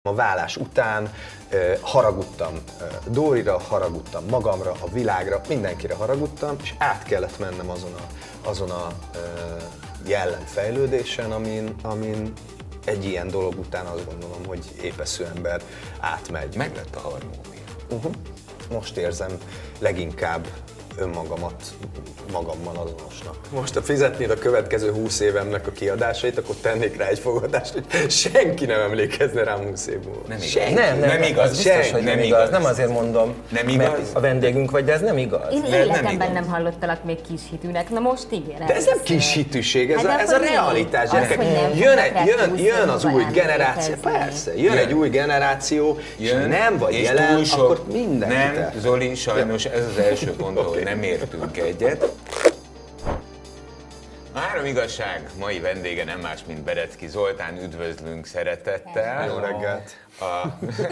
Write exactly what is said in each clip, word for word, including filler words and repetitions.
A vállás után uh, haragudtam uh, Dórira, haragudtam magamra, a világra, mindenkire haragudtam, és át kellett mennem azon a, azon a uh, jellemfejlődésen, amin, amin egy ilyen dolog után azt gondolom, hogy épeszű ember átmegy. Meg lett a harmónia. Uh-huh. Most érzem leginkább önmagamat magammal azonosnak. Most ha fizetnéd a következő húsz évemnek a kiadásait, akkor tennék rá egy fogadást, hogy senki nem emlékezne rám húsz év múlva. Nem igaz. Nem, nem, nem igaz. Biztos, senki. hogy nem, nem igaz. igaz. Nem azért mondom, nem igaz? mert a vendégünk vagy, de ez nem igaz. Én nem, életemben nem, nem hallottalak még kis hitűnek, na most igen. De ez nem kis hitűség, ez, hát a, ez a realitás. Az, jön, jön, jön, jön az új generáció, persze, jön, jön egy új generáció, jön, és nem vagy és jelen, sok, akkor mindenki Nem, el. Zoli, sajnos ez az első pont, okay. hogy nem értünk egyet. A Három igazság mai vendége nem más, mint Berecki Zoltán, üdvözlünk szeretettel. Jó reggelt! A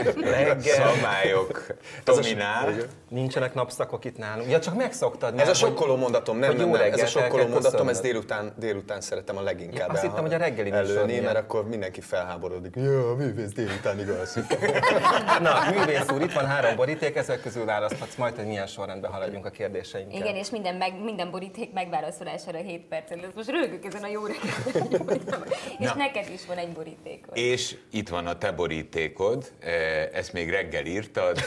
szabályok dominál. Nincsenek napszakok itt nálunk. Ja, csak megszoktad már. Ez a sokkoló mondatom, nem, nem, nem. Ez a sokkoló mondatom, ez köszönöd. délután, délután szeretem a leginkább ja, azt hittem, hogy a reggeli előni, mert akkor mindenki felháborodik. Ja, művész délután igaz. Na, művész úr, itt van három boríték, ezek közül választhatsz majd, hogy milyen sorrendben haladjunk a kérdéseinkkel. Igen, és minden, meg, minden boríték megválaszolására hét percen lesz. Most rögök ezen a jó reggelt. És Na. neked is van egy borítékod. És itt van a te borítékod, ezt még reggel írtad.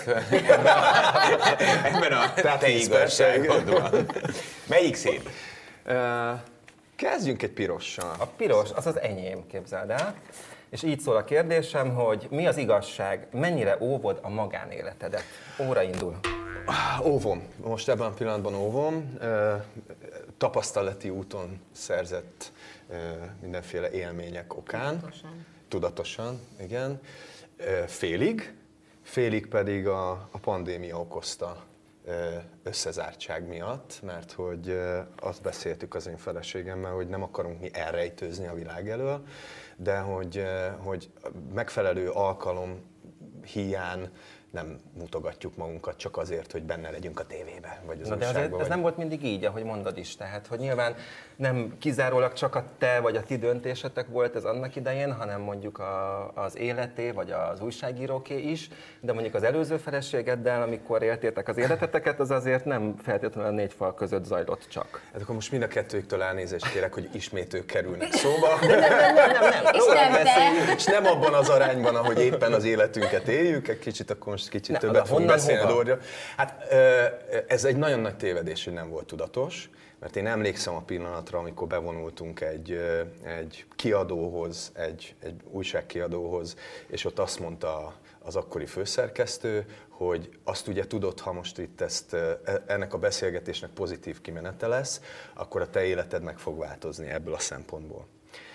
Ebben a te igazságodban. Melyik szép? Uh, kezdjünk egy pirossal. A piros, az az enyém, képzeld el. És így szól a kérdésem, hogy mi az igazság, mennyire óvod a magánéletedet? Óra indul. Óvom. Most ebben a pillanatban óvom. Uh, tapasztalati úton szerzett uh, mindenféle élmények okán. Tudatosan. Tudatosan, igen. Uh, félig. Félig pedig a, a pandémia okozta összezártság miatt, mert hogy azt beszéltük az én feleségemmel, hogy nem akarunk mi elrejtőzni a világ elől, de hogy, hogy megfelelő alkalom hiány nem mutogatjuk magunkat csak azért, hogy benne legyünk a tévében, vagy az Na de azért, ez nem volt mindig így, ahogy mondod is, tehát hogy nyilván nem kizárólag csak a te vagy a ti döntésetek volt ez annak idején, hanem mondjuk a, az életé, vagy az újságíróké is, de mondjuk az előző feleségeddel, amikor éltétek az életeteket, az azért nem feltétlenül a négy fal között zajlott csak. Hát akkor most mind a kettőjüktől elnézést kérek, hogy ismét ők kerülnek szóba. Nem, nem, nem, nem, nem. És nem te. És nem abban az arányban, ahogy éppen az életünket éljük, egy kicsit akkor most kicsit ne, többet fogunk beszélni hova? a Dóriról. Hát ez egy nagyon nagy tévedés, hogy nem volt tudatos, mert én emlékszem a pillanatra, amikor bevonultunk egy, egy kiadóhoz, egy, egy újságkiadóhoz, és ott azt mondta az akkori főszerkesztő, hogy azt ugye tudod, ha most itt ezt, ennek a beszélgetésnek pozitív kimenete lesz, akkor a te életed meg fog változni ebből a szempontból.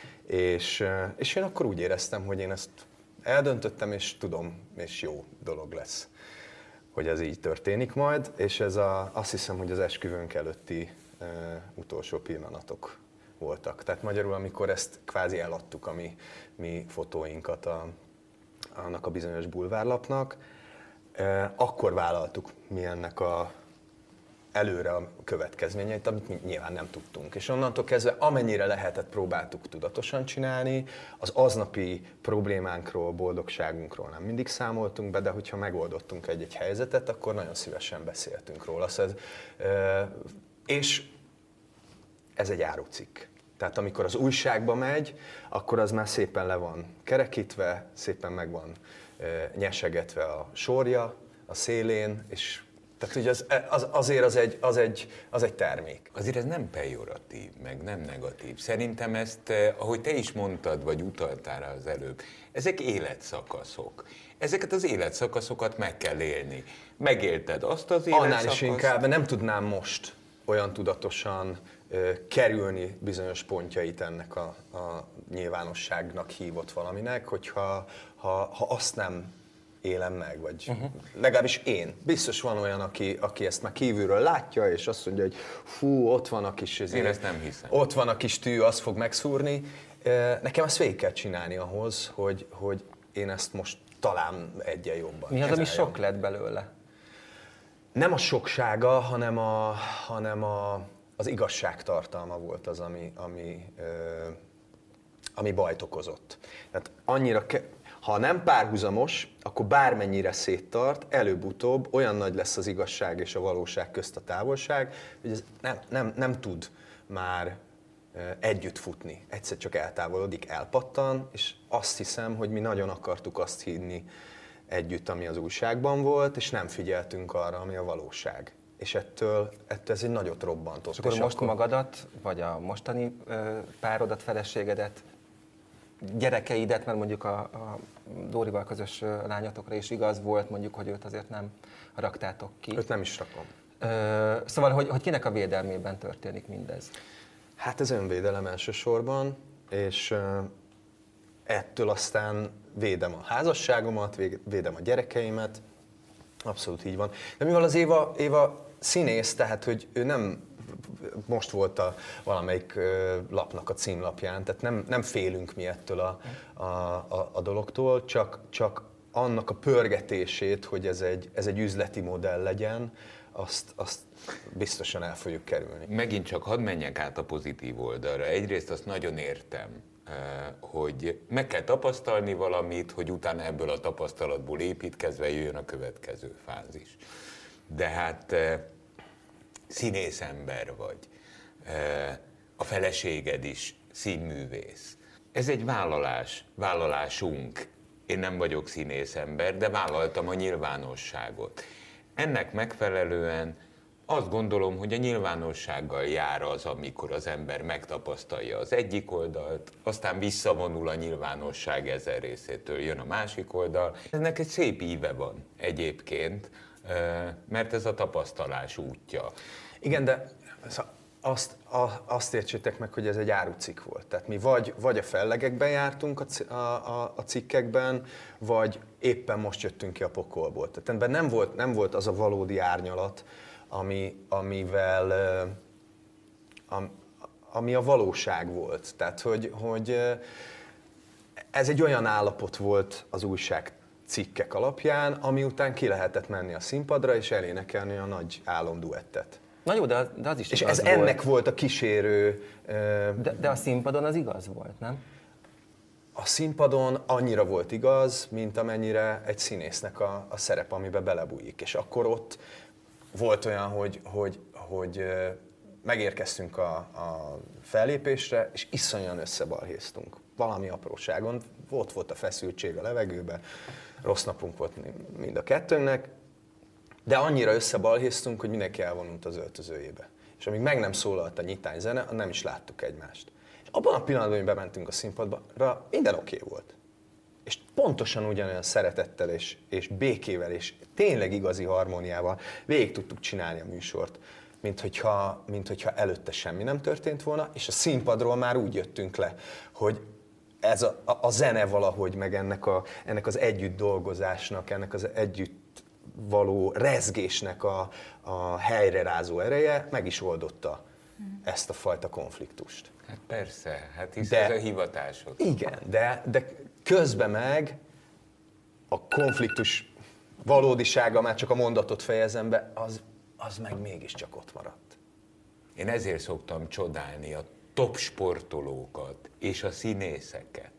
És, és én akkor úgy éreztem, hogy én ezt eldöntöttem, és tudom, és jó dolog lesz, hogy ez így történik majd, és ez a, azt hiszem, hogy az esküvőnk előtti e, utolsó pillanatok voltak. Tehát magyarul, amikor ezt kvázi eladtuk a mi, mi fotóinkat a, annak a bizonyos bulvárlapnak, e, akkor vállaltuk mi ennek a előre a következményeit, amit nyilván nem tudtunk. És onnantól kezdve, amennyire lehetett, próbáltuk tudatosan csinálni, az aznapi problémánkról, boldogságunkról nem mindig számoltunk be, de hogyha megoldottunk egy-egy helyzetet, akkor nagyon szívesen beszéltünk róla. És ez egy árucikk. Tehát amikor az újságba megy, akkor az már szépen le van kerekítve, szépen meg van nyesegetve a sorja, a szélén, és tehát ugye az, az, azért az egy, az, egy, az egy termék. Azért ez nem pejoratív, meg nem negatív. Szerintem ezt, ahogy te is mondtad, vagy utaltál rá az előbb, ezek életszakaszok. Ezeket az életszakaszokat meg kell élni. Megélted azt az életszakaszt? Annál is inkább, nem tudnám most olyan tudatosan uh, kerülni bizonyos pontjait ennek a, a nyilvánosságnak hívott valaminek, hogyha ha, ha azt nem élem meg, vagy uh-huh. legalábbis én. Biztos van olyan, aki, aki ezt már kívülről látja, és azt mondja, hogy fú, ott van a kis... Én ezt nem hiszem. Ott van a kis tű, azt fog megszúrni. Nekem ezt végig kell csinálni ahhoz, hogy, hogy én ezt most talán egyen jobban Mi az, kezeljem. ami sok lett belőle? Nem a soksága, hanem, a, hanem a, az igazságtartalma volt az, ami, ami, ö, ami bajt okozott. Tehát annyira... Ke- Ha nem párhuzamos, akkor bármennyire széttart, előbb-utóbb olyan nagy lesz az igazság és a valóság közt a távolság, hogy ez nem, nem, nem tud már együtt futni. Egyszer csak eltávolodik, elpattan, és azt hiszem, hogy mi nagyon akartuk azt hinni együtt, ami az újságban volt, és nem figyeltünk arra, ami a valóság. És ettől, ettől ez egy nagyot robbantott. És akkor és most akkor... magadat, vagy a mostani ö, párodat, feleségedet, gyerekeidet, mert mondjuk a, a Dórival közös lányotokra is igaz volt, mondjuk, hogy őt azért nem raktátok ki. Őt nem is rakom. Ö, szóval, hogy, hogy kinek a védelmében történik mindez? Hát ez önvédelem elsősorban, és uh, ettől aztán védem a házasságomat, védem a gyerekeimet, abszolút így van. De mivel az Éva, Éva színész, tehát hogy ő nem most volt a valamelyik uh, lapnak a címlapján, tehát nem, nem félünk mi ettől a, a, a, a dologtól, csak, csak annak a pörgetését, hogy ez egy, ez egy üzleti modell legyen, azt, azt biztosan el fogjuk kerülni. Megint csak hadd menjek át a pozitív oldalra. Egyrészt azt nagyon értem, hogy meg kell tapasztalni valamit, hogy utána ebből a tapasztalatból építkezve jöjjön a következő fázis. De hát színész ember vagy, a feleséged is színművész. Ez egy vállalás, vállalásunk. Én nem vagyok színész ember, de vállaltam a nyilvánosságot. Ennek megfelelően azt gondolom, hogy a nyilvánossággal jár az, amikor az ember megtapasztalja az egyik oldalt, aztán visszavonul a nyilvánosság ezer részétől, jön a másik oldal. Ennek egy szép íve van egyébként, mert ez a tapasztalás útja. Igen, de azt, azt értsétek meg, hogy ez egy árucikk volt. Tehát mi vagy, vagy a fellegekben jártunk a, a, a cikkekben, vagy éppen most jöttünk ki a pokolból. Tehát ebben nem volt, nem volt az a valódi árnyalat, ami, amivel, am, ami a valóság volt. Tehát, hogy, hogy ez egy olyan állapot volt az újság cikkek alapján, ami után ki lehetett menni a színpadra és elénekelni a nagy álomduettet. Na jó, de az, de az is és igaz ez volt. ennek volt a kísérő... De, de a színpadon az igaz volt, nem? A színpadon annyira volt igaz, mint amennyire egy színésznek a, a szerep, amiben belebújik. És akkor ott volt olyan, hogy, hogy, hogy megérkeztünk a, a fellépésre, és iszonyan összebalhéztunk. Valami apróságon. Ott volt a feszültség a levegőben, rossz napunk volt mind a kettőnknek, de annyira összebalhéztunk, hogy mindenki elvonult az öltözőjébe. És amíg meg nem szólalt a nyitányzene, nem is láttuk egymást. És abban a pillanatban, hogy bementünk a színpadba, minden oké okay volt. És pontosan ugyanolyan szeretettel és, és békével és tényleg igazi harmóniával végig tudtuk csinálni a műsort, mint hogyha, mint hogyha előtte semmi nem történt volna, és a színpadról már úgy jöttünk le, hogy ez a, a, a zene valahogy, meg ennek, a, ennek az együtt dolgozásnak, ennek az együtt való rezgésnek a, a helyrerázó ereje meg is oldotta ezt a fajta konfliktust. Hát persze, hát hisz de, ez a hivatásod. Igen, de, de közben meg a konfliktus valódisága, már csak a mondatot fejezem be, az, az meg mégiscsak ott maradt. Én ezért szoktam csodálni a top sportolókat és a színészeket.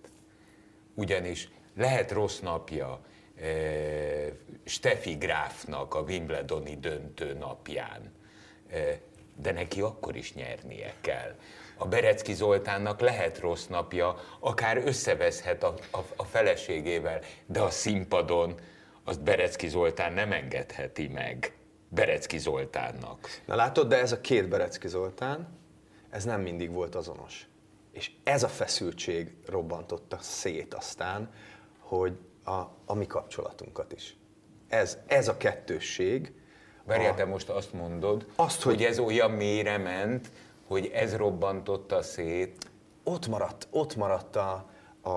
Ugyanis lehet rossz napja eh, Steffi Grafnak a Wimbledoni döntő napján, eh, de neki akkor is nyernie kell. A Berecki Zoltánnak lehet rossz napja, akár összeveszhet a, a, a feleségével, de a színpadon azt Berecki Zoltán nem engedheti meg Berecki Zoltánnak. Na látod, de ez a két Berecki Zoltán, ez nem mindig volt azonos. És ez a feszültség robbantotta szét aztán, hogy a, a mi kapcsolatunkat is. Ez, ez a kettősség. Várjál, a... te most azt mondod, azt, hogy... hogy ez olyan mélyre ment, hogy ez robbantotta szét. Ott maradt, ott maradt a, a,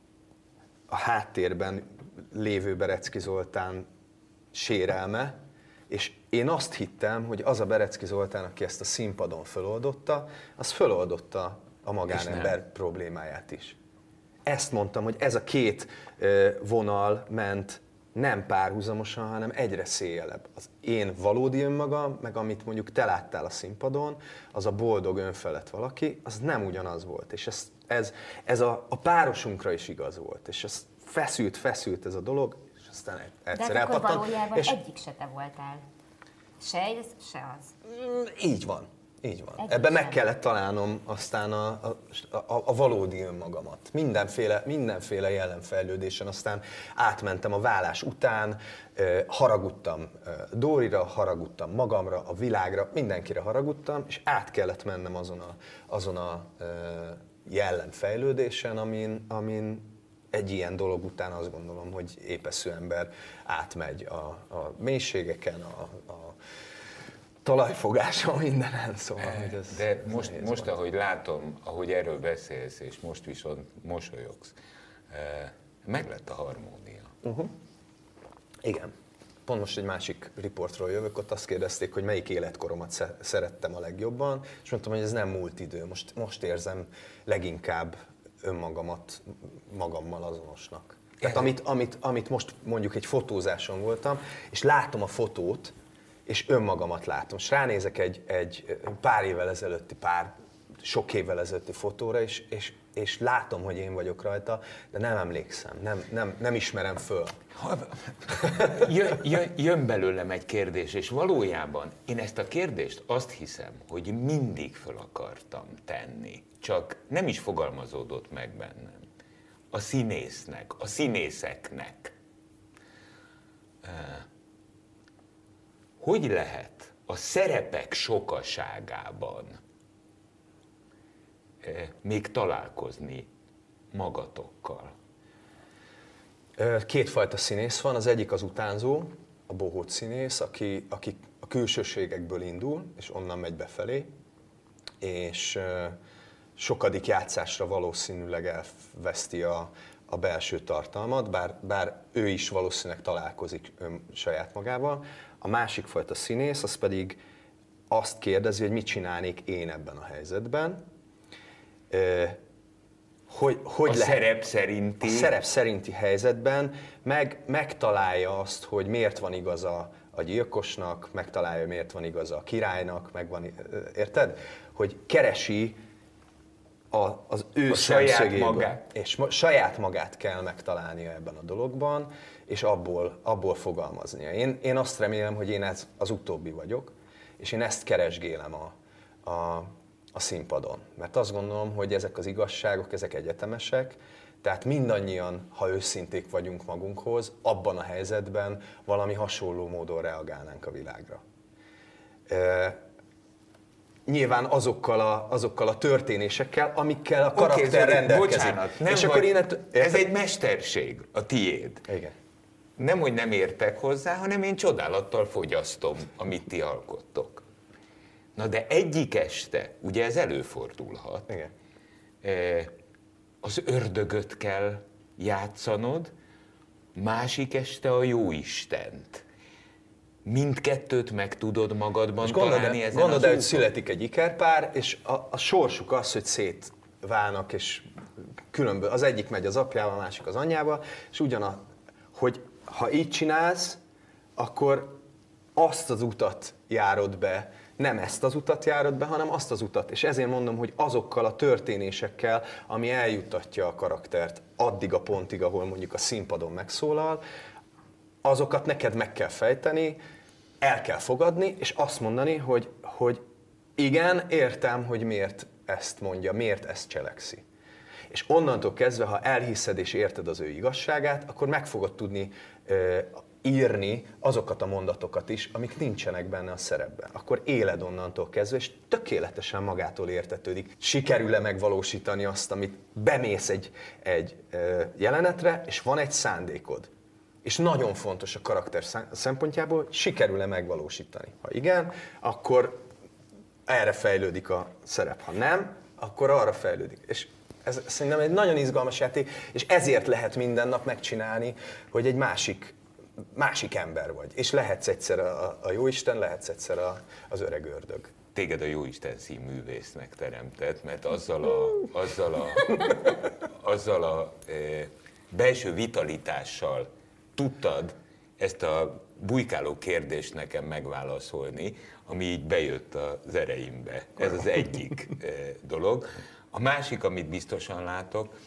a háttérben lévő Berecki Zoltán sérelme, és én azt hittem, hogy az a Berecki Zoltán, aki ezt a színpadon föloldotta, az föloldotta a magánember problémáját is. Ezt mondtam, hogy ez a két vonal ment nem párhuzamosan, hanem egyre széljebb. Az én valódi önmagam, meg amit mondjuk te láttál a színpadon, az a boldog önfelett valaki, az nem ugyanaz volt. És ez, ez, ez a, a párosunkra is igaz volt. És ezt feszült, feszült ez a dolog, és aztán egyszer De hát akkor elpattant. valójában És egyik se te voltál. Se ez, se az. így van. Így van. Egyik Ebben meg sem. kellett találnom aztán a, a, a, a valódi önmagamat. Mindenféle, mindenféle jellemfejlődésen, aztán átmentem a vállás után, eh, haragudtam eh, Dórira, haragudtam magamra, a világra, mindenkire haragudtam, és át kellett mennem azon a, azon a eh, jellemfejlődésen, amin, amin egy ilyen dolog után azt gondolom, hogy épeszű ember átmegy a, a mélységeken, a, a talajfogása mindenen, szóval, hogy ez, De ez most, nehéz most volt. ahogy látom, ahogy erről beszélsz, és most viszont mosolyogsz, eh, meglett a harmónia. Uh-huh. Igen. Pont most egy másik riportról jövök, ott azt kérdezték, hogy melyik életkoromat sze- szerettem a legjobban, és mondtam, hogy ez nem múlt idő. Most, most érzem leginkább önmagamat magammal azonosnak. Tehát amit, amit, amit most mondjuk egy fotózáson voltam, és látom a fotót, és önmagamat látom. És ránézek egy, egy pár évvel ezelőtti, pár sok évvel ezelőtti fotóra, és, és, és látom, hogy én vagyok rajta, de nem emlékszem, nem, nem, nem ismerem föl. Jön, jön, jön belőlem egy kérdés, és valójában én ezt a kérdést azt hiszem, hogy mindig föl akartam tenni, csak nem is fogalmazódott meg bennem. A színésznek, a színészeknek. Hogy lehet a szerepek sokaságában még találkozni magatokkal? Kétfajta színész van, az egyik az utánzó, a bohóc színész, aki, aki a külsőségekből indul, és onnan megy befelé, és sokadik játszásra valószínűleg elveszti a, a belső tartalmat, bár, bár ő is valószínűleg találkozik ön saját magával. A másik fajta színész, az pedig azt kérdezi, hogy mit csinálnék én ebben a helyzetben. Hogy, hogy a lehet, szerep szerinti... a szerep szerinti helyzetben meg, megtalálja azt, hogy miért van igaza a gyilkosnak, megtalálja, miért van igaza a királynak, meg van, érted? Hogy keresi a, az ő A saját szemszögéből. magát. És ma, saját magát kell megtalálnia ebben a dologban, és abból, abból fogalmaznia. Én, én azt remélem, hogy én ez, az utóbbi vagyok, és én ezt keresgélem a, a, a színpadon. Mert azt gondolom, hogy ezek az igazságok, ezek egyetemesek, tehát mindannyian, ha őszinték vagyunk magunkhoz, abban a helyzetben valami hasonló módon reagálnánk a világra. E, nyilván azokkal a, azokkal a történésekkel, amikkel a karakter Oké, Zoli, rendelkezik. bocsánat, nem és vagy, akkor innentől, ez egy mesterség, a tiéd. Igen. Nem, hogy nem értek hozzá, hanem én csodálattal fogyasztom, amit ti alkottok. Na de egyik este, ugye ez előfordulhat, Igen. az ördögöt kell játszanod, másik este a jóistent. Mindkettőt meg tudod magadban És gondold találni el, ezen gondold az el, hogy úton? születik egy ikerpár, és a, a sorsuk az, hogy szétválnak, és különböző, az egyik megy az apjával, a másik az anyjával, és ugyanaz, hogy ha így csinálsz, akkor azt az utat járod be, nem ezt az utat járod be, hanem azt az utat. És ezért mondom, hogy azokkal a történésekkel, ami eljuttatja a karaktert addig a pontig, ahol mondjuk a színpadon megszólal, azokat neked meg kell fejteni, el kell fogadni, és azt mondani, hogy, hogy igen, értem, hogy miért ezt mondja, miért ezt cselekszi. És onnantól kezdve, ha elhiszed és érted az ő igazságát, akkor meg fogod tudni ö, írni azokat a mondatokat is, amik nincsenek benne a szerepben. Akkor éled onnantól kezdve, és tökéletesen magától értetődik. Sikerül-e megvalósítani azt, amit bemész egy, egy ö, jelenetre, és van egy szándékod. És nagyon fontos a karakter szempontjából, hogy sikerül-e megvalósítani. Ha igen, akkor erre fejlődik a szerep. Ha nem, akkor arra fejlődik. És ez szerintem egy nagyon izgalmas játék, és ezért lehet minden nap megcsinálni, hogy egy másik, másik ember vagy. És lehetsz egyszer a, a jóisten, lehetsz egyszer a, az öreg ördög. Téged a Jóisten színművésznek teremtett, mert azzal a, azzal a, azzal a e, belső vitalitással tudtad ezt a bujkáló kérdést nekem megválaszolni, ami így bejött az ereimbe. Ez az egyik e, dolog. A másik, amit biztosan látok,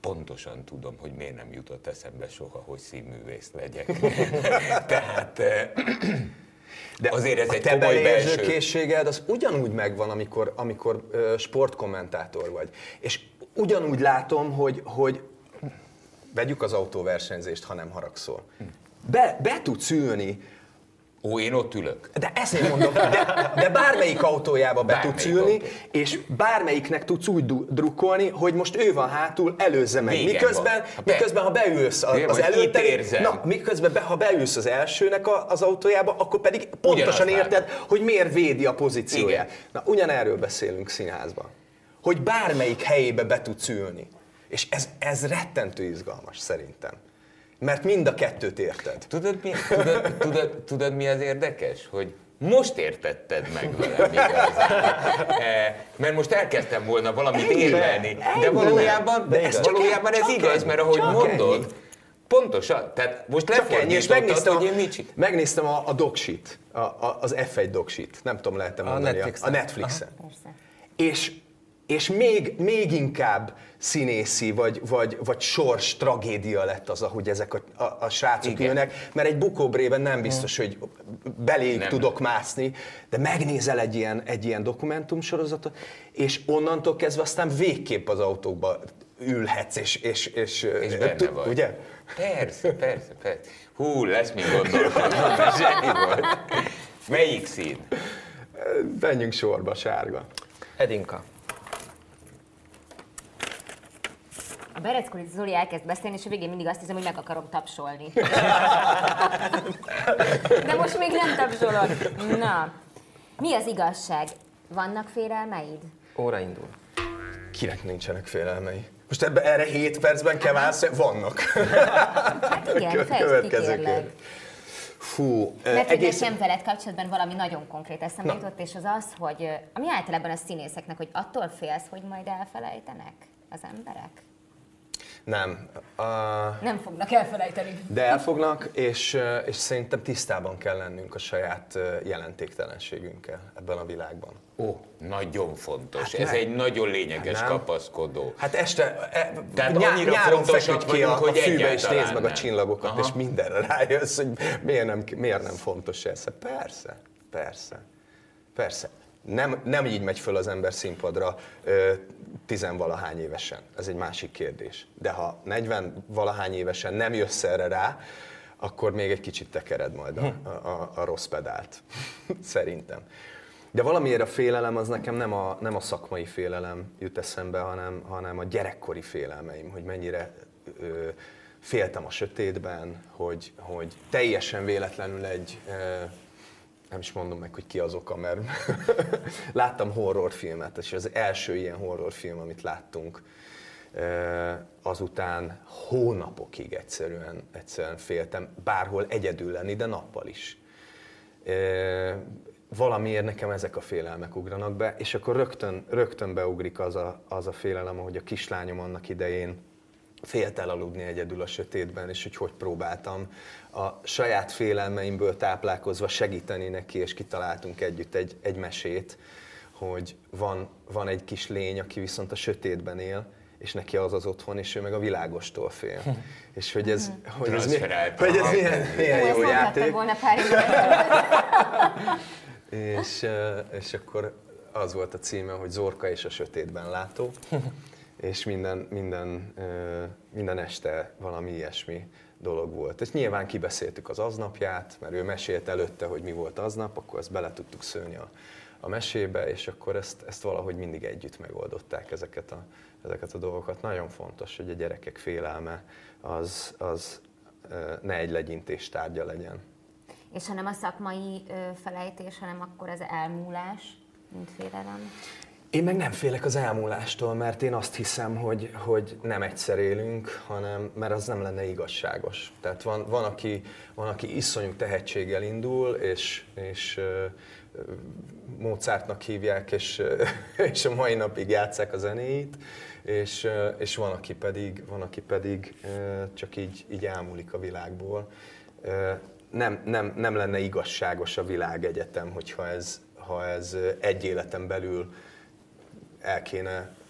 pontosan tudom, hogy miért nem jutott eszembe soha, hogy színművész legyek. Tehát de azért ez a egy te komoly beleérző belső... készséged az ugyanúgy megvan, amikor, amikor uh, sportkommentátor vagy. És ugyanúgy látom, hogy, hogy vegyük az autóversenyzést, ha nem haragszol. Be, be tudsz ülni. Ó, én ott ülök. De ezt mondom, de, de bármelyik autójába be Bármelyik tudsz ülni, autó. és bármelyiknek tudsz úgy du- drukkolni, hogy most ő van hátul, előzze meg. Végen Miközben, van. miközben ha beülsz a- Ugye, az vagy előtte, itt érzem. na, miközben be, ha beülsz az elsőnek a, az autójába, akkor pedig pontosan Ugyanazt érted, hogy miért védi a pozícióját. Igen. Na, ugyanerről beszélünk színházban. Hogy bármelyik helyébe be tudsz ülni. És ez, ez rettentő izgalmas szerintem. Mert mind a kettőt érted. Tudod mi, tudod, tudod, tudod, mi az érdekes? Hogy most értetted meg velem igazán. E, mert most elkezdtem volna valamit érvelni, de valójában, De ez valójában csak ez ennyi, igaz, csak mert ahogy ennyi. mondod, pontosan, tehát most Csak ennyi, és lefordítottad, megnéztem, hogy a, én mit csinálom. megnéztem a, a doksit, a, a, az ef egy doksit, nem tudom, lehet-e mondani, a Netflixen. a Netflixen. Persze. És, és még, még inkább színészi, vagy, vagy, vagy sors tragédia lett az, ahogy ezek a, a, a srácok Igen. ülnek, mert egy bukóbrében nem biztos, hogy beléjük Nem. tudok mászni, de megnézel egy ilyen, egy ilyen dokumentumsorozatot, és onnantól kezdve aztán végképp az autókba ülhetsz, és, és, és, És benne tud- vagy. ugye? Persze, persze, persze. Hú, lesz még gondolkodnom, de zseni volt. Melyik szín? Menjünk sorba, sárga. Edinka. A Bereckor Zoli elkezd beszélni, és a végén mindig azt hiszem, hogy meg akarom tapsolni. De most még nem tapsolok. Na, mi az igazság? Vannak félelmeid? Óra indul. Kinek nincsenek félelmei? Most ebbe, erre hét percben kell válsz, vannak. Hát igen, fejtsd ki kérlek. Fú, Mert egész... egész... nekem veled kapcsolatban valami nagyon konkrét eszembe Na. jutott, és az az, hogy ö, ami általában a színészeknek, hogy attól félsz, hogy majd elfelejtenek az emberek? Nem. Uh, Nem fognak elfelejteni. de elfognak, és, és szerintem tisztában kell lennünk a saját jelentéktelenségünkkel ebben a világban. Ó, nagyon fontos. Hát Ez nem. egy nagyon lényeges Hát nem. kapaszkodó. Hát este, e, Tehát nyá, annyira nyáron fontosak feküdj ki a, vagyunk, a hogy fűbe, és egyáltalán nézd meg a nem. csillagokat, Aha. és mindenre rájössz, hogy miért nem, miért nem fontos ez. Persze, persze, persze. Nem, nem így megy föl az ember színpadra ö, tizenvalahány évesen. Ez egy másik kérdés. De ha negyvenvalahány évesen nem jössz erre rá, akkor még egy kicsit tekered majd a, a, a, a rossz pedált. Szerintem. De valamiért a félelem az nekem nem a, nem a szakmai félelem jut eszembe, hanem, hanem a gyerekkori félelmeim, hogy mennyire ö, féltem a sötétben, hogy, hogy teljesen véletlenül egy, ö, nem is mondom meg, hogy ki az oka, mert láttam horrorfilmet, és az első ilyen horrorfilm, amit láttunk, ö, azután hónapokig egyszerűen, egyszerűen féltem bárhol egyedül lenni, de nappal is. Ö, valamiért nekem ezek a félelmek ugranak be, és akkor rögtön, rögtön beugrik az a, az a félelem, hogy a kislányom annak idején félt elaludni egyedül a sötétben, és hogy hogy próbáltam a saját félelmeimből táplálkozva segíteni neki, és kitaláltunk együtt egy, egy mesét, hogy van, van egy kis lény, aki viszont a sötétben él, és neki az az otthon, és ő meg a világostól fél. És hogy ez, hogy ez, mi, hogy ez milyen, milyen Ó, jó ezt játék. mondhattam volna pár évvel. És, eh, és akkor az volt a címe, hogy Zorka és a sötétben látó, és minden, minden, eh, minden este valami ilyesmi dolog volt. És nyilván kibeszéltük az aznapját, mert ő mesélt előtte, hogy mi volt aznap, akkor ezt bele tudtuk szőni a, a mesébe, és akkor ezt, ezt valahogy mindig együtt megoldották ezeket a, ezeket a dolgokat. Nagyon fontos, hogy a gyerekek félelme az, az eh, ne egy legyintés tárgya legyen. És ha nem a szakmai ö, felejtés, hanem akkor az elmúlás, mint félelem. Én meg nem félek az elmúlástól, mert én azt hiszem, hogy, hogy nem egyszer élünk, hanem, mert az nem lenne igazságos. Tehát van, van, aki, van aki iszonyú tehetséggel indul, és, és uh, Mozartnak hívják, és, uh, és a mai napig játsszák a zenéit, és, uh, és van, aki pedig, van, aki pedig uh, csak így, így elmúlik a világból. Uh, nem, nem, nem lenne igazságos a világegyetem, hogyha ez, ha ez egy életen belül el kéne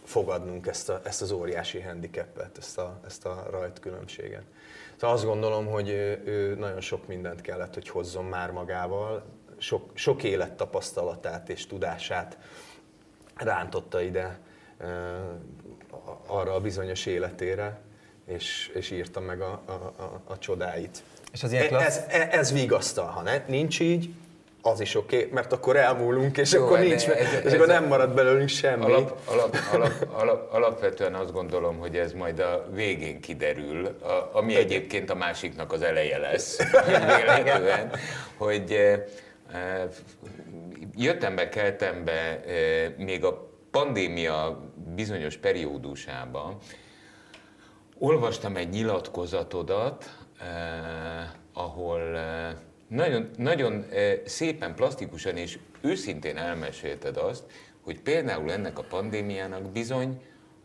fogadnunk ezt, a, ezt az óriási handicapet, ezt a, ezt a rajtkülönbséget. Szóval azt gondolom, hogy ő, ő nagyon sok mindent kellett, hogy hozzon már magával, sok, sok élettapasztalatát és tudását rántotta ide arra a bizonyos életére, és, és írta meg a, a, a, a csodáit. És az ilyen klassz... ez, ez, ez vigasztal, ha ne, nincs így, az is oké, okay, mert akkor elmúlunk, és Jó, akkor nincs, ez, és ez akkor nem marad belőlünk semmi. Alap, alap, alap, alap, alapvetően azt gondolom, hogy ez majd a végén kiderül, a, ami egyébként a másiknak az eleje lesz, véletlenül, hogy e, jöttem be, keltem be e, még a pandémia bizonyos periódusában, olvastam egy nyilatkozatodat, eh, ahol eh, nagyon, nagyon eh, szépen, plastikusan és őszintén elmesélted azt, hogy például ennek a pandémiának bizony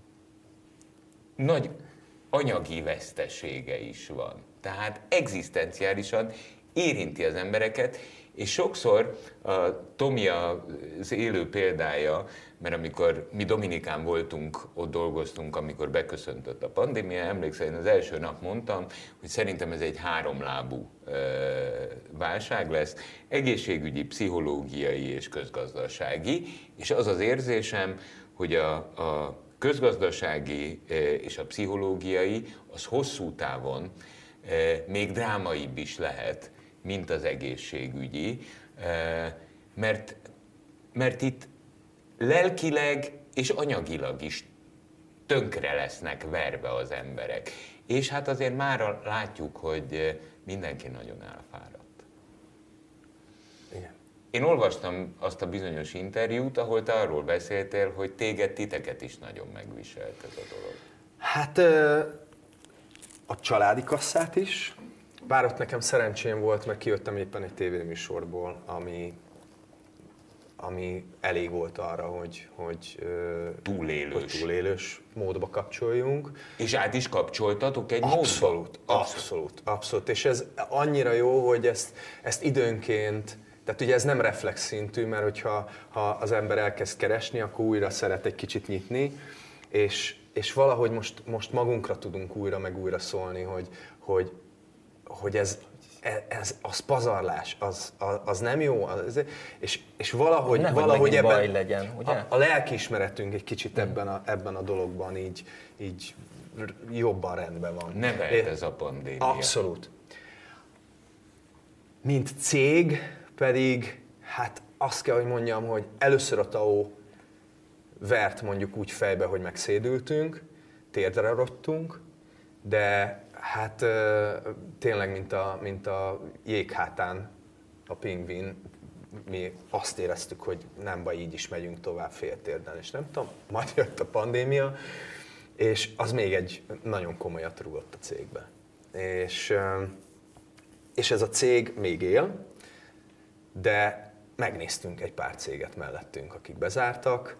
nagy anyagi vesztesége is van. Tehát egzisztenciálisan érinti az embereket, és sokszor a Tomi az élő példája, mert amikor mi Dominikán voltunk, ott dolgoztunk, amikor beköszöntött a pandémia, emlékszel, én az első nap mondtam, hogy szerintem ez egy háromlábú ö, válság lesz, egészségügyi, pszichológiai és közgazdasági, és az az érzésem, hogy a, a közgazdasági és a pszichológiai az hosszú távon még drámaibb is lehet, mint az egészségügyi, mert, mert itt lelkileg és anyagilag is tönkre lesznek verve az emberek. És hát azért már látjuk, hogy mindenki nagyon elfáradt. Igen. Én olvastam azt a bizonyos interjút, ahol te arról beszéltél, hogy téged, titeket is nagyon megviselt ez a dolog. Hát a családi kasszát is, bár ott nekem szerencsém volt, mert kijöttem éppen egy tévéműsorból, ami, ami elég volt arra, hogy, hogy, túlélős. hogy túlélős módba kapcsoljunk. És át is kapcsoltatok egy abszolút, módba? Abszolút, abszolút. És ez annyira jó, hogy ezt, ezt időnként, tehát ugye ez nem reflex szintű, mert hogyha ha az ember elkezd keresni, akkor újra szeret egy kicsit nyitni, és, és valahogy most, most magunkra tudunk újra meg újra szólni, hogy, hogy, hogy ez, ez, az pazarlás, az, az nem jó, az, és, és valahogy, Nehogy valahogy ebben baj legyen, ugye? A, a lelkiismeretünk egy kicsit ebben a, ebben a dologban így, így jobban rendben van. Nevelt ez a pandémia. Abszolút. Mint cég pedig, hát azt kell, hogy mondjam, hogy először a té á o vert mondjuk úgy fejbe, hogy megszédültünk, térdre rogytunk, de hát tényleg, mint a, mint a jéghátán a pingvin, mi azt éreztük, hogy nem baj, így is megyünk tovább féltérden, és nem tudom, majd jött a pandémia, és az még egy nagyon komolyat rúgott a cégbe. És, és ez a cég még él, de megnéztünk egy pár céget mellettünk, akik bezártak.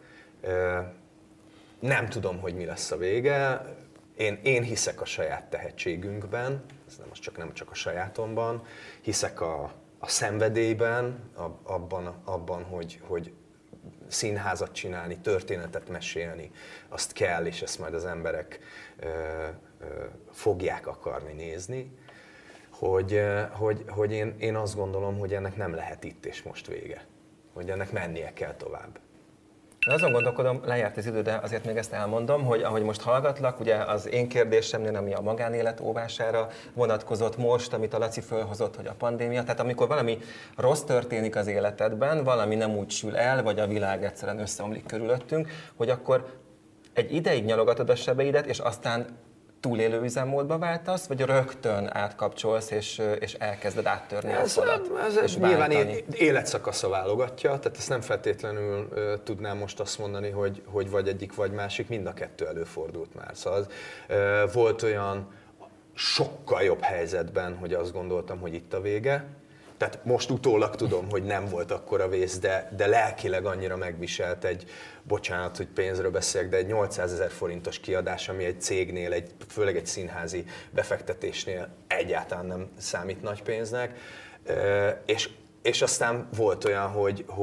Nem tudom, hogy mi lesz a vége. Én, én hiszek a saját tehetségünkben, ez nem, az csak, nem csak a sajátomban, hiszek a, a szenvedélyben, a, abban, abban hogy, hogy színházat csinálni, történetet mesélni, azt kell, és ezt majd az emberek ö, ö, fogják akarni nézni, hogy, hogy, hogy én, én azt gondolom, hogy ennek nem lehet itt és most vége, hogy ennek mennie kell tovább. De azon gondolkodom, lejárt az idő, de azért még ezt elmondom, hogy ahogy most hallgatlak, ugye az én kérdésemnél, ami a magánélet óvására vonatkozott most, amit a Laci fölhozott, hogy a pandémia, tehát amikor valami rossz történik az életedben, valami nem úgy sül el, vagy a világ egyszerűen összeomlik körülöttünk, hogy akkor egy ideig nyalogatod a sebeidet, és aztán túlélő üzemmódba váltasz, vagy rögtön átkapcsolsz, és, és elkezded áttörni ez, a falat, ez, és nyilván váltani. életszakasza válogatja, tehát ezt nem feltétlenül uh, tudnám most azt mondani, hogy, hogy vagy egyik, vagy másik, mind a kettő előfordult már. Szóval uh, volt olyan sokkal jobb helyzetben, hogy azt gondoltam, hogy itt a vége. Tehát most utólag tudom, hogy nem volt akkora vész, de, de lelkileg annyira megviselt egy, bocsánat, hogy pénzről beszélek, de egy nyolcszázezer forintos kiadás, ami egy cégnél, egy, főleg egy színházi befektetésnél egyáltalán nem számít nagy pénznek. És, és aztán volt olyan, hogy, hogy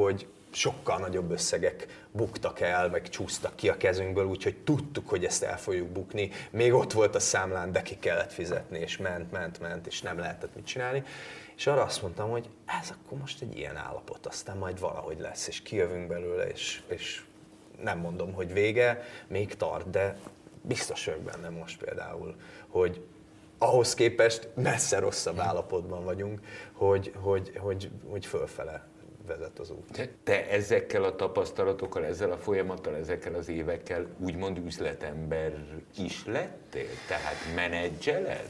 sokkal nagyobb összegek buktak el, meg csúsztak ki a kezünkből, úgyhogy tudtuk, hogy ezt el fogjuk bukni. Még ott volt a számlán, de ki kellett fizetni, és ment, ment, ment, és nem lehetett mit csinálni. És arra azt mondtam, hogy ez akkor most egy ilyen állapot, aztán majd valahogy lesz, és kijövünk belőle, és, és nem mondom, hogy vége, még tart, de biztos vagyok benne most például, hogy ahhoz képest messze rosszabb állapotban vagyunk, hogy, hogy, hogy, hogy fölfele vezet az út. Te, te ezekkel a tapasztalatokkal, ezzel a folyamattal, ezekkel az évekkel úgymond üzletember is lettél? Tehát menedzseled?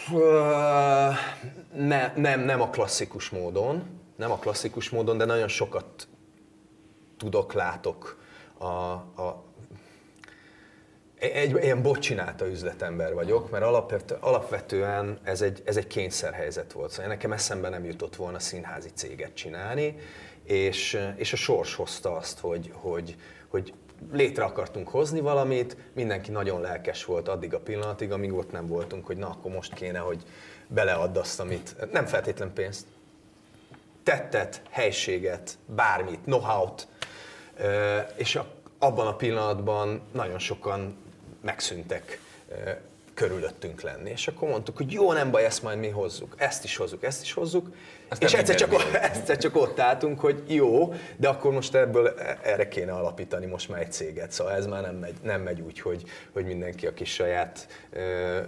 Ne, nem, nem a klasszikus módon, nem a klasszikus módon, de nagyon sokat tudok, látok a, a Egy ilyen botcsinálta üzletember vagyok, mert alapvető, alapvetően ez egy, ez egy kényszerhelyzet volt. Szóval nekem eszembe nem jutott volna színházi céget csinálni, és, és a sors hozta azt, hogy, hogy, hogy létre akartunk hozni valamit, mindenki nagyon lelkes volt addig a pillanatig, amíg ott nem voltunk, hogy na akkor most kéne, hogy beleadd azt, amit, nem feltétlen pénzt, tettet, helységet, bármit, know-how-t, és a, abban a pillanatban nagyon sokan megszűntek e, körülöttünk lenni. És akkor mondtuk, hogy jó, nem baj, ezt majd mi hozzuk, ezt is hozzuk, ezt is hozzuk. Aztán és egyszer csak, egyszer csak ott álltunk, hogy jó, de akkor most ebből erre kéne alapítani most már egy céget. Szóval ez már nem megy, nem megy úgy, hogy, hogy mindenki a kis saját ö, ö,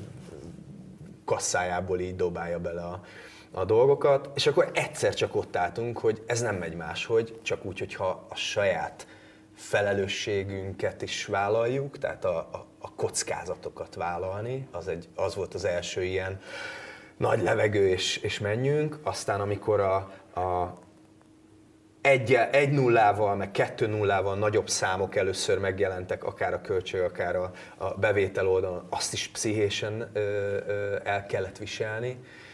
kasszájából így dobálja bele a, a dolgokat. És akkor egyszer csak ott álltunk, hogy ez nem megy máshogy, csak úgy, hogyha a saját felelősségünket is vállaljuk, tehát a, a, a kockázatokat vállalni, az, egy, az volt az első ilyen nagy levegő, és, és menjünk. Aztán amikor a, a egy, egy nullával, meg kettő nullával nagyobb számok először megjelentek, akár a költség, akár a, a bevétel oldalon, azt is pszichésen ö, ö, el kellett viselni.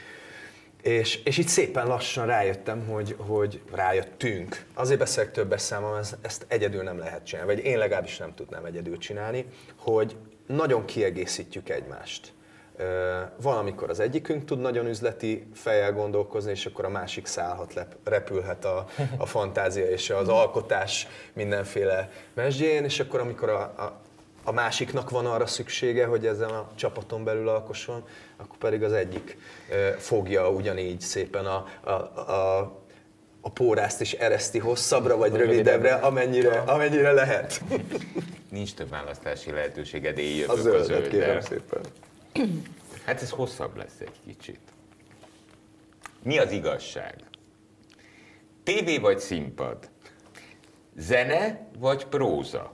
És, és így szépen lassan rájöttem, hogy, hogy rájöttünk. Azért beszélek többes számom, ezt, ezt egyedül nem lehet csinálni, vagy én legalábbis nem tudnám egyedül csinálni, hogy nagyon kiegészítjük egymást. Valamikor az egyikünk tud nagyon üzleti fejjel gondolkozni, és akkor a másik szállhat, lep, repülhet a, a fantázia és az alkotás mindenféle mesdjén, és akkor amikor a, a a másiknak van arra szüksége, hogy ezen a csapaton belül alkosson, akkor pedig az egyik fogja ugyanígy szépen a, a, a, a pórázt is ereszti hosszabbra vagy rövidebbre, amennyire, amennyire lehet. Nincs több választási lehetőséged, én jövök a zöldet, zölddel. kérem szépen. Hát ez hosszabb lesz egy kicsit. Mi az igazság? Tévé vagy színpad? Zene vagy próza?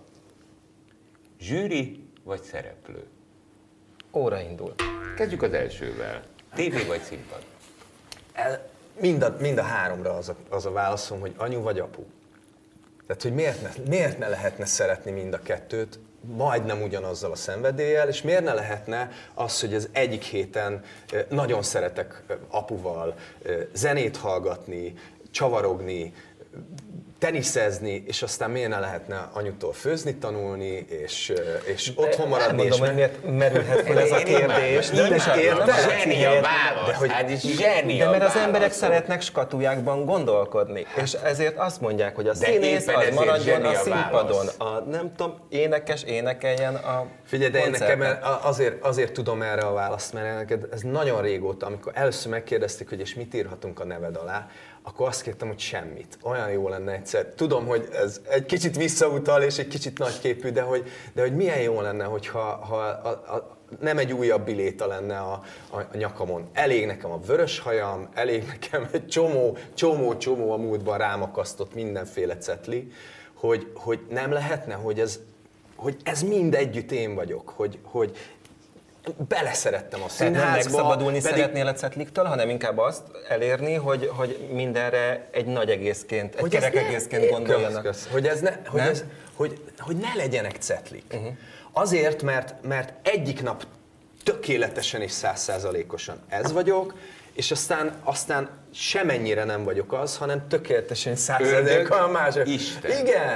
Zsűri vagy szereplő? Óra indul. Kezdjük az elsővel. Tévé vagy színpad? El, mind, a, mind a háromra az a, az a válaszom, hogy anyu vagy apu. Tehát, hogy miért ne, miért ne lehetne szeretni mind a kettőt, majdnem ugyanazzal a szenvedéllyel, és miért ne lehetne az, hogy az egyik héten nagyon szeretek apuval zenét hallgatni, csavarogni, teniszezni, és aztán miért ne lehetne anyutól főzni tanulni, és, és otthon maradni. Nem mondom, hogy miért merülhet fel ez a kérdés. De nem is értem. Zseni a válasz. De, hát is zseni de mert az válasz. emberek szeretnek skatujákban gondolkodni, és ezért azt mondják, hogy a színész az maradjon a színpadon, a nem tudom, énekes énekeljen a Figyelj, de én koncerten. nekem azért, azért tudom erre a választ, mert neked ez nagyon régóta, amikor először megkérdezték, hogy és mit írhatunk a neved alá, akkor azt kértem, hogy semmit. Olyan jó lenne egyszer. Tudom, hogy ez egy kicsit visszautal és egy kicsit nagyképű, de hogy, de hogy milyen jó lenne, hogyha ha a, a, nem egy újabb biléta lenne a, a, a nyakamon. Elég nekem a vörös hajam, elég nekem egy csomó, csomó, csomó a múltban rámakasztott mindenféle cetli, hogy, hogy nem lehetne, hogy ez, hogy ez mind együtt én vagyok, hogy, hogy beleszerettem a színházba. Tehát nem megszabadulni pedig... szeretnél a cetliktől, hanem inkább azt elérni, hogy, hogy mindenre egy nagy egészként, egy hogy kerek egészként gondoljanak. Kösz, kösz. Hogy, ez ne, hogy, ez, hogy, hogy ne legyenek cetlik. Uh-huh. Azért, mert, mert egyik nap tökéletesen és százszázalékosan ez vagyok, és aztán, aztán semennyire nem vagyok az, hanem tökéletesen százszázalékosan mások. Isten. Igen.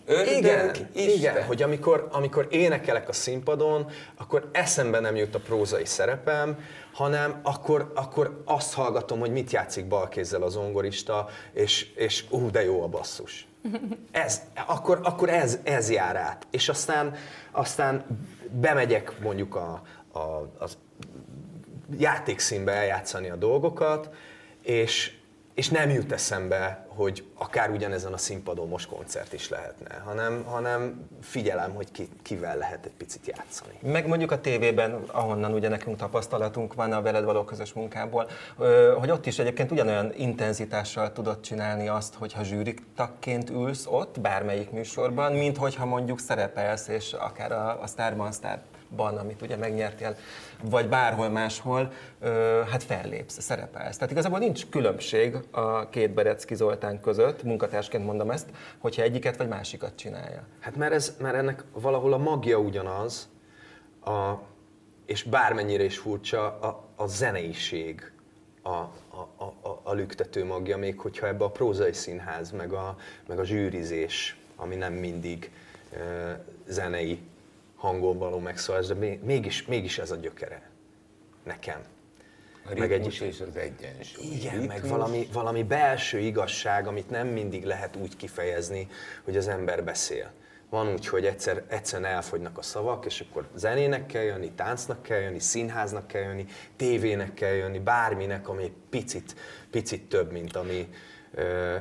Ördög, igen, Isten. igen, hogy amikor, amikor énekelek a színpadon, akkor eszembe nem jut a prózai szerepem, hanem akkor, akkor azt hallgatom, hogy mit játszik balkézzel a zongorista, és, és ú, de jó a basszus. Ez, akkor akkor ez, ez jár át. És aztán, aztán bemegyek mondjuk a, a, a játékszínbe eljátszani a dolgokat, és, és nem jut eszembe, hogy akár ugyanezen a színpadon most koncert is lehetne, hanem, hanem figyelem, hogy ki, kivel lehet egy picit játszani. Meg mondjuk a tévében, ahonnan ugye nekünk tapasztalatunk van a veled való közös munkából, hogy ott is egyébként ugyanolyan intenzitással tudod csinálni azt, hogyha zsűritagként ülsz ott, bármelyik műsorban, mint hogyha mondjuk szerepelsz, és akár a, a Sztárban, Sztárban, amit ugye megnyertél, vagy bárhol máshol, hát fellépsz, szerepelsz. Tehát igazából nincs különbség a két Berecki Zoltán között, munkatársként mondom ezt, hogyha egyiket vagy másikat csinálja. Hát mert, ez, mert ennek valahol a magja ugyanaz, a, és bármennyire is furcsa, a, a zeneiség a, a, a, a lüktető magja, még hogyha ebbe a prózai színház, meg a, meg a zsűrizés, ami nem mindig e, zenei hangon való megszólás, de mégis, mégis ez a gyökere nekem. A ritmus egy, és az egyensúly. Igen, ritmus. meg valami, valami belső igazság, amit nem mindig lehet úgy kifejezni, hogy az ember beszél. Van úgy, hogy egyszer, egyszerűen elfogynak a szavak, és akkor zenének kell jönni, táncnak kell jönni, színháznak kell jönni, tévének kell jönni, bárminek, ami picit, picit több, mint ami... Ö,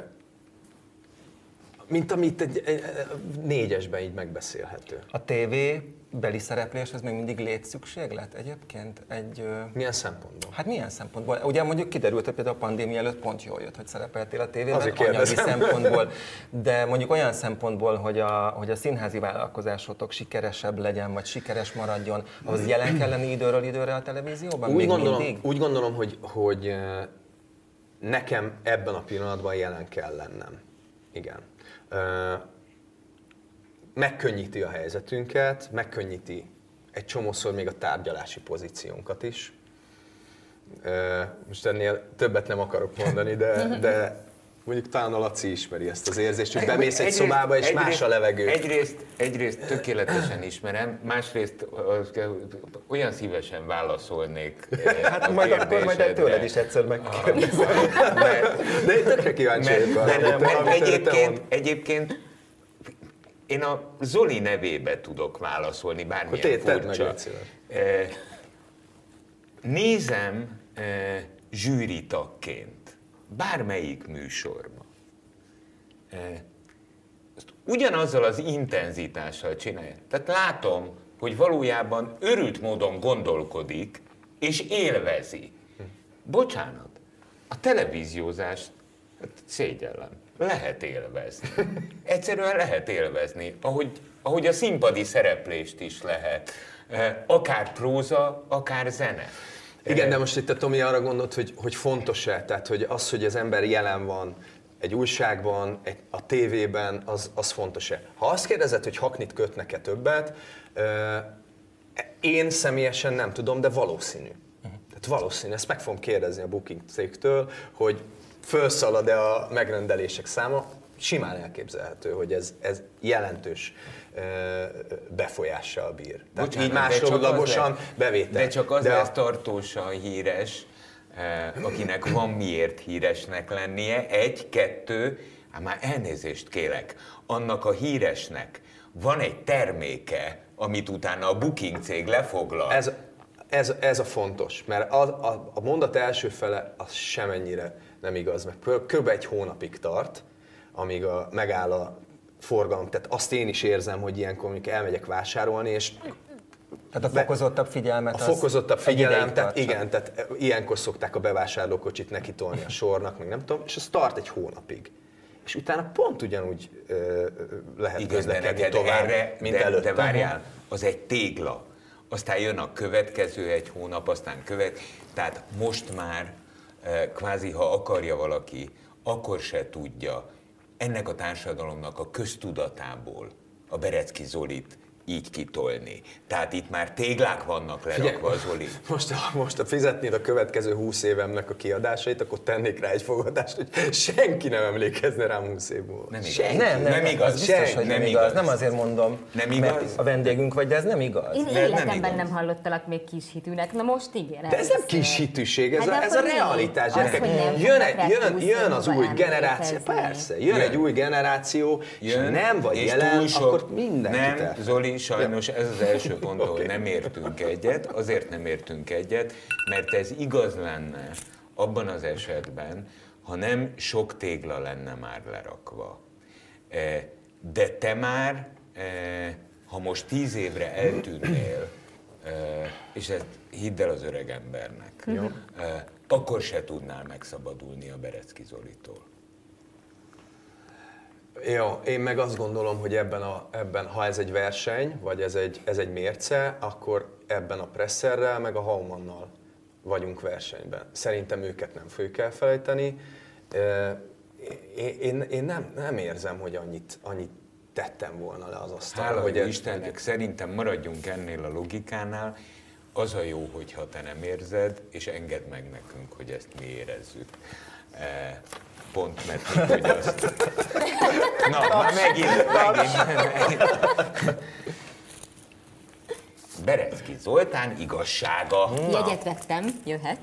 mint amit egy, egy, négyesben így megbeszélhető. A tévé beli szerepléshez még mindig létszükséglet egyébként? Egy, milyen szempontból? Hát milyen szempontból? Ugye mondjuk kiderült, hogy például a pandémia előtt pont jól jött, hogy szerepeltél a tévében, Azért anyagi kérdezem. szempontból, de mondjuk olyan szempontból, hogy a, hogy a színházi vállalkozásotok sikeresebb legyen, vagy sikeres maradjon, ahhoz jelen kell lenni időről időre a televízióban? Úgy még gondolom, mindig? úgy gondolom, hogy, hogy nekem ebben a pillanatban jelen kell lennem. Igen. Megkönnyíti a helyzetünket, megkönnyíti egy csomószor még a tárgyalási pozíciónkat is. Most ennél többet nem akarok mondani, de, de mondjuk talán a Laci ismeri ezt az érzést, hogy bemész egy Egyrészt- szobába és egyrészt- más a levegő. Egyrészt, egyrészt tökéletesen ismerem, másrészt az kell, olyan szívesen válaszolnék Hát a majd akkor majd kérdésedre. tőled is egyszer megkérdezem. Mert, De én tökre kíváncsi mert, vagyok arra, mert, amit- mert amit te egyébként, mond. egyébként én a Zoli nevébe tudok válaszolni, Akkor bármilyen té- tedd meg, furcsa. légy szíves. Eh, Nézem eh, zsűritagként bármelyik műsorban. Eh, azt ugyanazzal az intenzitással csinálja. Tehát látom, hogy valójában őrült módon gondolkodik és élvezi. Bocsánat, a televíziózást hát szégyellem. Lehet élvezni. Egyszerűen lehet élvezni, ahogy, ahogy a színpadi szereplést is lehet. Eh, Akár próza, akár zene. Igen, de most itt a Tomi arra gondolt, hogy, hogy fontos-e, tehát hogy az, hogy az ember jelen van egy újságban, egy, a tévében, az, az fontos-e. Ha azt kérdezed, hogy haknit kötnek-e többet, euh, én személyesen nem tudom, de valószínű. Tehát valószínű, ezt meg fogom kérdezni a booking cégtől, hogy felszalad-e a megrendelések száma, simán elképzelhető, hogy ez, ez jelentős ö, befolyással bír. Tehát Bocsánat, így de csak másodlagosan az le- bevétel. De csak az De lesz a- tartósan híres, eh, akinek van miért híresnek lennie. Egy, kettő, hát már elnézést kérek, annak a híresnek van egy terméke, amit utána a booking cég lefoglal. Ez, ez, ez a fontos, mert a, a, a mondat első fele az semennyire nem igaz, mert kb. Egy hónapig tart, amíg a, megáll a forgalom. Tehát azt én is érzem, hogy ilyenkor mondjuk elmegyek vásárolni, és Tehát a fokozottabb figyelmet a az fokozottabb egy figyelem, ideig tehát tart csak. igen, tehát ilyenkor szokták a bevásárlókocsit nekitolni a sornak, meg nem tudom, és az tart egy hónapig. És utána pont ugyanúgy ö, ö, lehet Igen, de közlekedni neked tovább, erre, mint de, előtte. de várjál, az egy tégla. Aztán jön a következő egy hónap, aztán követ. Tehát most már eh, kvázi, ha akarja valaki, akkor se tudja ennek a társadalomnak a köztudatából a Berecki Zolit így kitolni. Tehát itt már téglák vannak lerakva, Zoli. Most, most ha fizetnéd a következő húsz évemnek a kiadásait, akkor tennék rá egy fogadást, hogy senki nem emlékezne rám húsz év múlva. Nem igaz. Senki. Nem, nem, Nem nem igaz. az biztos, Senki. hogy nem, Nem igaz. igaz. Nem azért mondom, Nem mert igaz? a vendégünk vagy, de ez nem igaz. Én Ez nem életemben igaz. nem hallottalak még kis hitűnek, na most igen. De ez nem kis hitűség, ez, Hát a, de ez a akkor mi? realitás. Az, gyerekek. hogy nem Jön, fognak egy, rá jön, húsz jön az évvel új generáció, emlékezni. persze, jön Jön. egy új generáció, és Jön, nem vagy és jelen, túl sok- akkor mindenkit Nem, elfelejt. Zoli, sajnos ez az első pont, ahol Oké. nem értünk egyet. Azért nem értünk egyet, mert ez igaz lenne abban az esetben, ha nem sok tégla lenne már lerakva. Eh, De te már, eh, ha most tíz évre eltűnnél, eh, és ezt hidd el az öreg embernek, eh, akkor se tudnál megszabadulni a Berecki Zolitól. Jó, én meg azt gondolom, hogy ebben, a, ebben ha ez egy verseny, vagy ez egy, ez egy mérce, akkor ebben a Presserrel, meg a Haumannal vagyunk versenyben. Szerintem őket nem fogjuk elfelejteni. Én, én, én nem, nem érzem, hogy annyit, annyit tettem volna le az asztalra. Hála hogy hogy ez- Istennek, szerintem maradjunk ennél a logikánál. Az a jó, hogyha te nem érzed, és engedd meg nekünk, hogy ezt mi érezzük. Eh, Pont, mert mi, hogy azt... Na, már megint, megint, megint. Berecki Zoltán igazsága. Jegyet vettem, jöhet.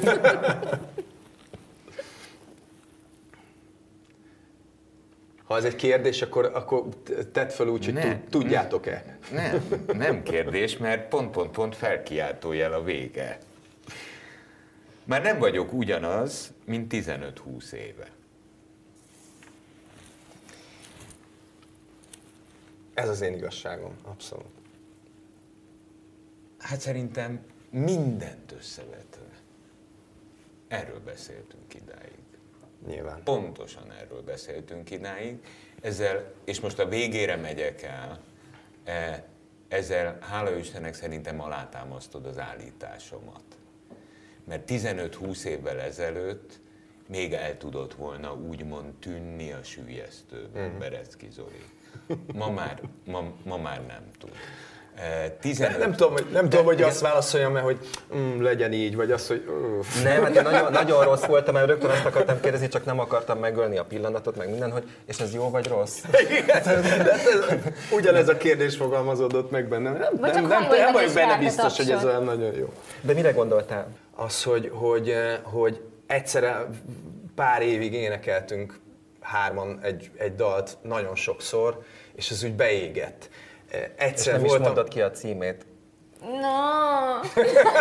Ha ez egy kérdés, akkor, akkor tedd fel úgy, hogy Ne. tud- tudjátok-e. Nem, nem kérdés, mert pont-pont-pont felkiáltójel a vége. Már nem vagyok ugyanaz, mint tizenöt-húsz éve. Ez az én igazságom, abszolút. Hát szerintem mindent összevetve. Erről beszéltünk idáig. Nyilván. Pontosan erről beszéltünk idáig. Ezzel, és most a végére megyek el, e, ezzel hála Istennek szerintem alátámasztod az állításomat. Mert tizenöt-húsz évvel ezelőtt még el tudott volna úgymond tűnni a süllyesztőből Mhm. Berecki Zoli. Ma már, ma, ma már nem tud. E, tizenöt Nem tudom, hogy, nem tudom, hogy azt válaszoljam, mert hogy mm, legyen így, vagy azt, hogy... Uh. Nem, hát én nagyon, nagyon rossz voltam, mert rögtön azt akartam kérdezni, csak nem akartam megölni a pillanatot, meg minden, hogy és ez jó vagy rossz? Igen, de ez, ugyanez a kérdés fogalmazódott meg bennem. Nem, Vagy nem, csak nem, hajolj nem meg vagyok és benne várd a biztos, hogy ez tapsot. olyan nagyon jó. De mire gondoltál? Az, hogy, hogy, eh, hogy egyszerre pár évig énekeltünk hárman egy, egy dalt nagyon sokszor, és ez úgy beégett. Eh, És Egyszer nem is voltam, mondod ki a címét. No.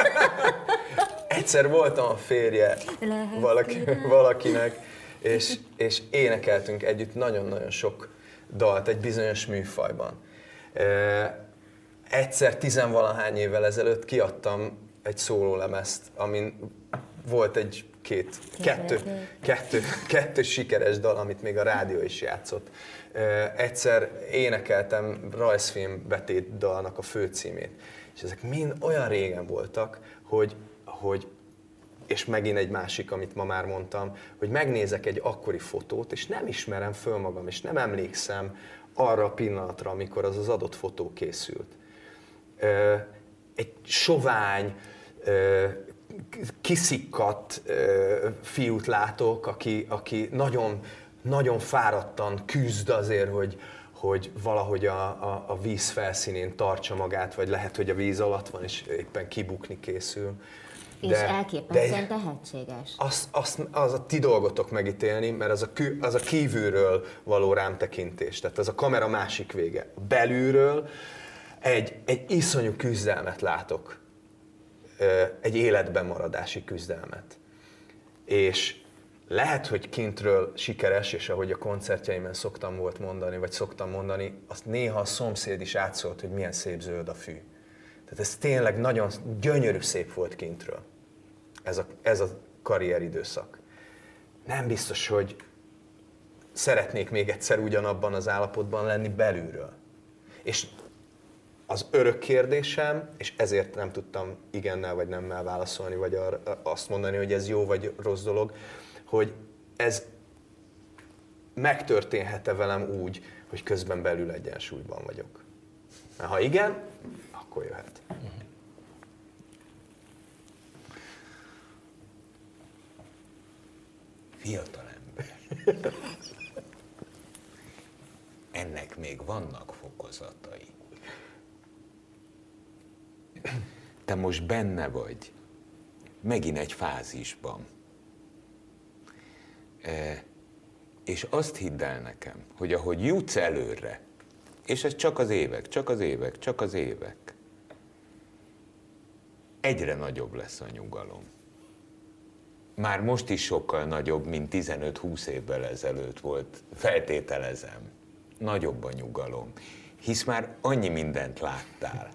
egyszer voltam a férje Lehet, valaki, igen. valakinek, és, és énekeltünk együtt nagyon-nagyon sok dalt egy bizonyos műfajban. Eh, Egyszer tizenvalahány évvel ezelőtt kiadtam egy szólólemezt, amin volt egy két, kettő, kettő, kettő sikeres dal, amit még a rádió is játszott. Ö, Egyszer énekeltem rajzfilm betét dalnak a főcímét, és ezek mind olyan régen voltak, hogy, hogy és megint egy másik, amit ma már mondtam, hogy megnézek egy akkori fotót, és nem ismerem föl magam, és nem emlékszem arra a pillanatra, amikor az az adott fotó készült. Ö, egy sovány, ö, kiszikkadt ö, fiút látok, aki, aki nagyon, nagyon fáradtan küzd azért, hogy, hogy valahogy a, a, a víz felszínén tartsa magát, vagy lehet, hogy a víz alatt van, és éppen kibukni készül. És elképesztően tehetséges. Azt, azt, az a ti dolgotok megítélni, mert az a, kü, az a kívülről való rámtekintés, tehát az a kamera másik vége. Belülről egy, egy iszonyú küzdelmet látok, egy életben maradási küzdelmet. És lehet, hogy kintről sikeres, és ahogy a koncertjeimen szoktam volt mondani, vagy szoktam mondani, azt néha a szomszéd is átszólt, hogy milyen szép zöld a fű. Tehát ez tényleg nagyon gyönyörű szép volt kintről, ez a, ez a karrieridőszak. Nem biztos, hogy szeretnék még egyszer ugyanabban az állapotban lenni belülről. És az örök kérdésem, és ezért nem tudtam igennel vagy nemmel válaszolni, vagy arra, azt mondani, hogy ez jó vagy rossz dolog, hogy ez megtörténhet-e velem úgy, hogy közben belül egyensúlyban vagyok. Ha igen, akkor jöhet. Fiatalember. Ennek még vannak fokozatai. Te most benne vagy, megint egy fázisban. E, és azt hidd el nekem, hogy ahogy jutsz előre, és ez csak az évek, csak az évek, csak az évek, egyre nagyobb lesz a nyugalom. Már most is sokkal nagyobb, mint tizenöt-húsz évvel ezelőtt volt, feltételezem. Nagyobb a nyugalom, hisz már annyi mindent láttál.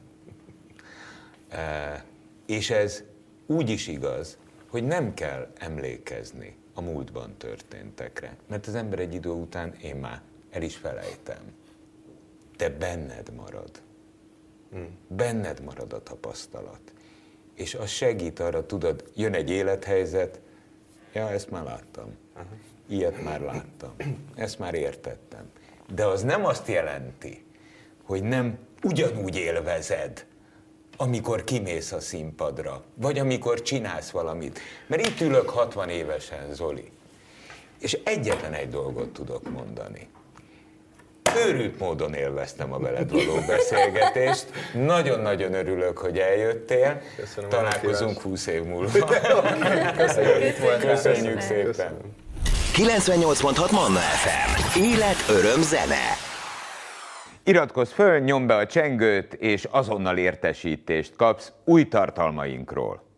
E, és ez úgy is igaz, hogy nem kell emlékezni a múltban történtekre, mert az ember egy idő után én már el is felejtem. Te benned marad. Benned marad a tapasztalat. És az segít arra, tudod, jön egy élethelyzet, ja, ezt már láttam. Ilyet már láttam. Ezt már értettem. De az nem azt jelenti, hogy nem ugyanúgy élvezed, amikor kimész a színpadra, vagy amikor csinálsz valamit. Mert itt ülök hatvan évesen, Zoli. És egyetlen egy dolgot tudok mondani. Őrült módon élveztem a veled való beszélgetést. Nagyon-nagyon örülök, hogy eljöttél. Köszönöm. Találkozunk húsz év múlva. Köszönjük, Köszönjük szépen. kilencvennyolc pont hat Manna ef em. Élet, öröm, zene. Iratkozz föl, nyomd be a csengőt, és azonnal értesítést kapsz új tartalmainkról.